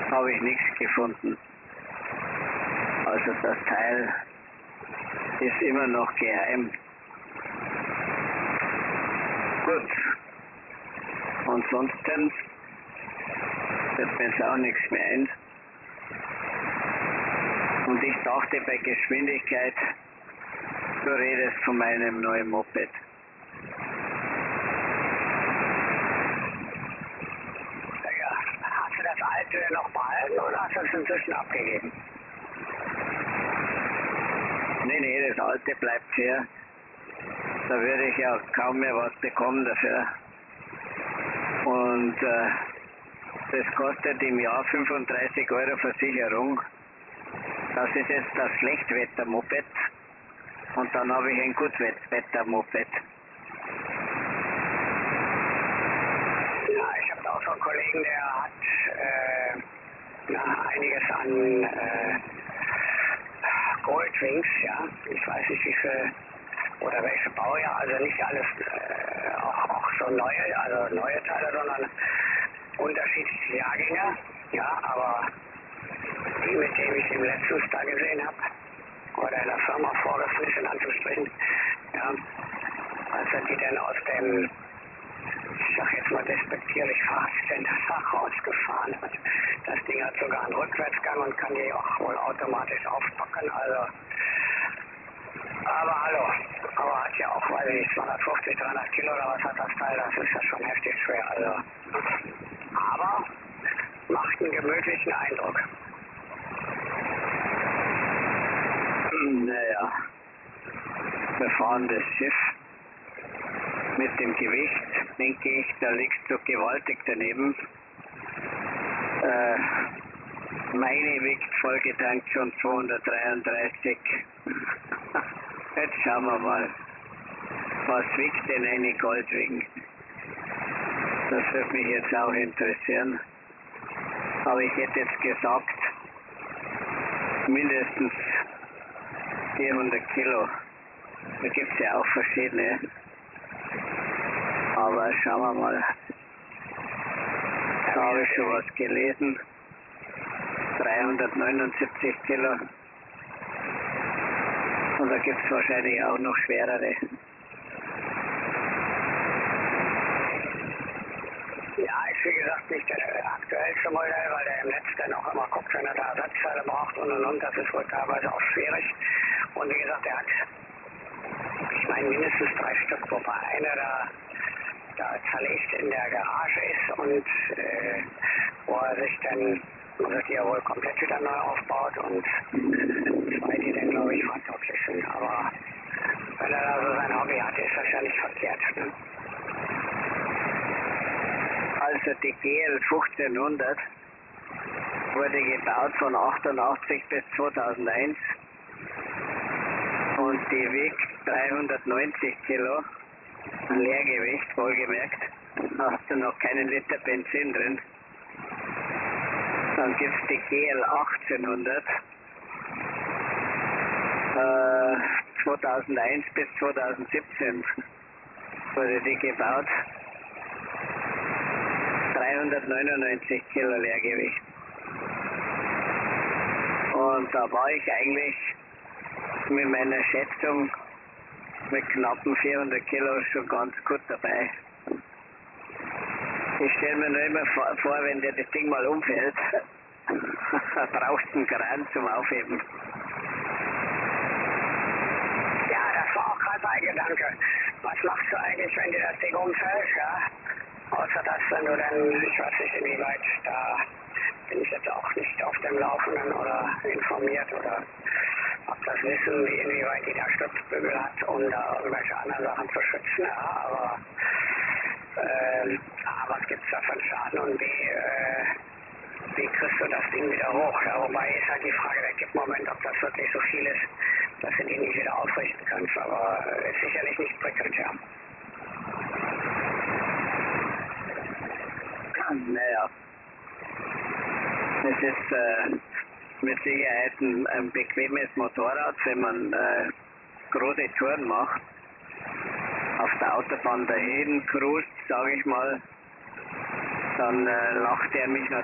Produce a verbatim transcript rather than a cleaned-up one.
habe ich nichts gefunden. Also das Teil ist immer noch geheim. Gut. Ansonsten fällt mir jetzt auch nichts mehr ein. Und ich dachte bei Geschwindigkeit, du redest von meinem neuen Moped. Ja, hast du das alte noch behalten oder hast du es inzwischen abgegeben? Nee, nee, das alte bleibt hier. Da würde ich ja kaum mehr was bekommen dafür. Und äh, das kostet im Jahr fünfunddreißig Euro Versicherung. Das ist jetzt das Schlechtwetter-Moped. Und dann habe ich ein Gutwetter-Moped. Ja, ich habe auch so einen Kollegen, der hat äh, na, einiges an äh, Goldwings, ja. Ich weiß nicht wie viel oder welche Baujahr, also nicht alles äh, auch, auch so neue, also neue Teile, sondern unterschiedliche Jahrgänge, ja, aber die, mit dem ich ihn letztens da gesehen habe, oder in der Firma vorgeführt ist, in Anführungsstrichen, ja, als er die dann aus dem, ich sag jetzt mal despektierlich, Fahrradständer rausgefahren hat. Das Ding hat sogar einen Rückwärtsgang und kann die auch wohl automatisch aufpacken, also, aber hallo, aber hat ja auch, weiß ich, zweihundertfünfzig, dreihundert Kilo oder was hat das Teil, das ist ja schon heftig schwer, also, aber macht einen gemütlichen Eindruck. Naja, wir fahren das Schiff mit dem Gewicht, denke ich, da liegst du gewaltig daneben. Äh, meine wiegt vollgetankt schon zweihundertdreiunddreißig. Jetzt schauen wir mal, was wiegt denn eine Goldwing? Das würde mich jetzt auch interessieren. Aber ich hätte jetzt gesagt, mindestens vierhundert Kilo. Da gibt es ja auch verschiedene. Aber schauen wir mal. Da habe ich schon was gelesen. dreihundertneunundsiebzig Kilo. Und da gibt es wahrscheinlich auch noch schwerere. Ja, ist wie gesagt nicht der aktuellste Modell, weil der im Netz dann auch immer guckt, wenn er da Ersatzteile braucht und und und. Das ist wohl teilweise auch schwierig. Und wie gesagt, er hat, ich meine, mindestens drei Stück, wobei einer da, da zerlegt in der Garage ist und äh, wo er sich dann, also die er wohl komplett wieder neu aufbaut und zwei, die dann glaube ich fahrtauglich sind. Aber wenn er da so sein Hobby hat, ist das ja nicht verkehrt. Ne? Also die G L fünfzehnhundert wurde gebaut von achtundachtzig bis zweitausendeins und die wiegt dreihundertneunzig Kilo, ein Leergewicht wohlgemerkt, da hast du noch keinen Liter Benzin drin. Dann gibt es die G L achtzehnhundert, äh, zweitausendeins bis zweitausendsiebzehn wurde die gebaut. dreihundertneunundneunzig Kilo Leergewicht. Und da war ich eigentlich mit meiner Schätzung mit knappen vierhundert Kilo schon ganz gut dabei. Ich stelle mir nur immer vor, vor, wenn dir das Ding mal umfällt, brauchst du einen Kran zum Aufheben. Ja, das war auch gerade mein Gedanke. Was machst du eigentlich, wenn dir das Ding umfällt? Ja? Außer dass, wenn du dann, ich weiß nicht inwieweit, da bin ich jetzt auch nicht auf dem Laufenden oder informiert oder ob das wissen, wie inwieweit die da Stützbügel hat, um da irgendwelche anderen Sachen zu schützen. Ja, aber äh, A, was gibt es da für einen Schaden und B, äh, wie kriegst du das Ding wieder hoch? Ja, wobei ist halt die Frage, der gibt Moment, ob das wirklich so viel ist, dass du die nicht wieder aufrichten kannst. Aber äh, ist sicherlich nicht prickelnd, ja. Naja, es ist äh, mit Sicherheit ein, ein bequemes Motorrad, wenn man äh, große Touren macht. Auf der Autobahn dahin cruist, sage ich mal, dann äh, lacht er mich natürlich.